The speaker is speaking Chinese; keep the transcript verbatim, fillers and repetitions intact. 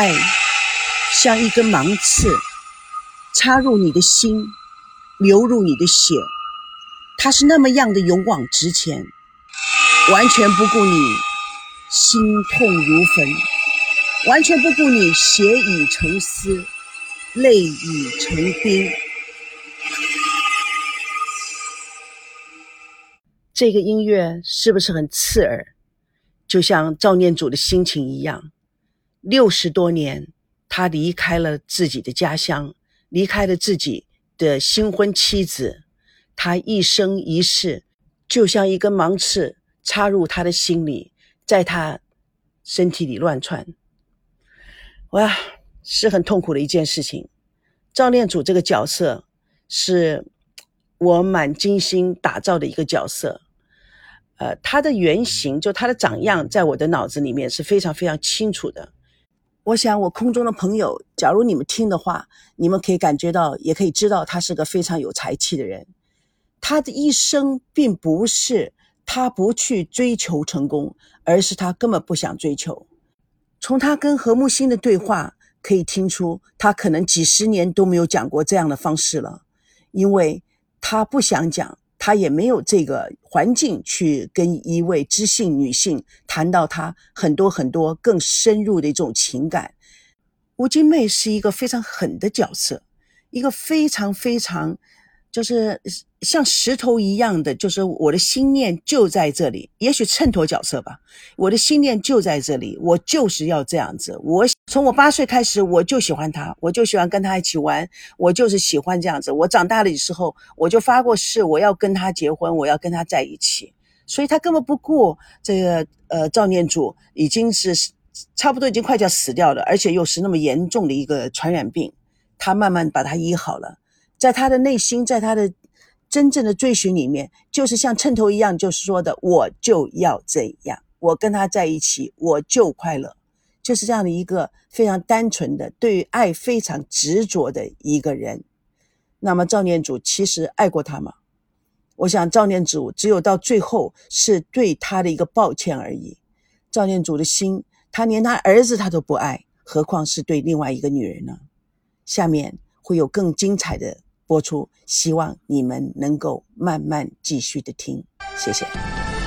爱像一根芒刺，插入你的心，流入你的血，它是那么样的勇往直前，完全不顾你心痛如焚，完全不顾你血已成丝，泪已成冰。这个音乐是不是很刺耳？就像赵念祖的心情一样，六十多年，他离开了自己的家乡，离开了自己的新婚妻子，他一生一世就像一根芒刺插入他的心里，在他身体里乱窜。哇，是很痛苦的一件事情。赵念祖这个角色是我蛮精心打造的一个角色，呃，他的原型就他的长样在我的脑子里面是非常非常清楚的。我想我空中的朋友，假如你们听的话，你们可以感觉到，也可以知道他是个非常有才气的人。他的一生并不是他不去追求成功，而是他根本不想追求。从他跟何木欣的对话可以听出，他可能几十年都没有讲过这样的方式了，因为他不想讲，他也没有这个环境去跟一位知性女性谈到他很多很多更深入的一种情感。吴金妹是一个非常狠的角色，一个非常非常就是像石头一样的，就是我的心念就在这里，也许衬托角色吧，我的心念就在这里，我就是要这样子。我从我八岁开始，我就喜欢他，我就喜欢跟他一起玩，我就是喜欢这样子。我长大的时候，我就发过誓，我要跟他结婚，我要跟他在一起。所以他根本不顾这个呃赵念祖已经是差不多已经快要死掉了，而且又是那么严重的一个传染病，他慢慢把他医好了。在他的内心，在他的真正的追寻里面，就是像称头一样，就是说的我就要这样，我跟他在一起我就快乐，就是这样的一个非常单纯的对于爱非常执着的一个人。那么赵念祖其实爱过他吗？我想赵念祖只有到最后是对他的一个抱歉而已。赵念祖的心，他连他儿子他都不爱，何况是对另外一个女人呢？下面会有更精彩的播出，希望你们能够慢慢继续的听，谢谢。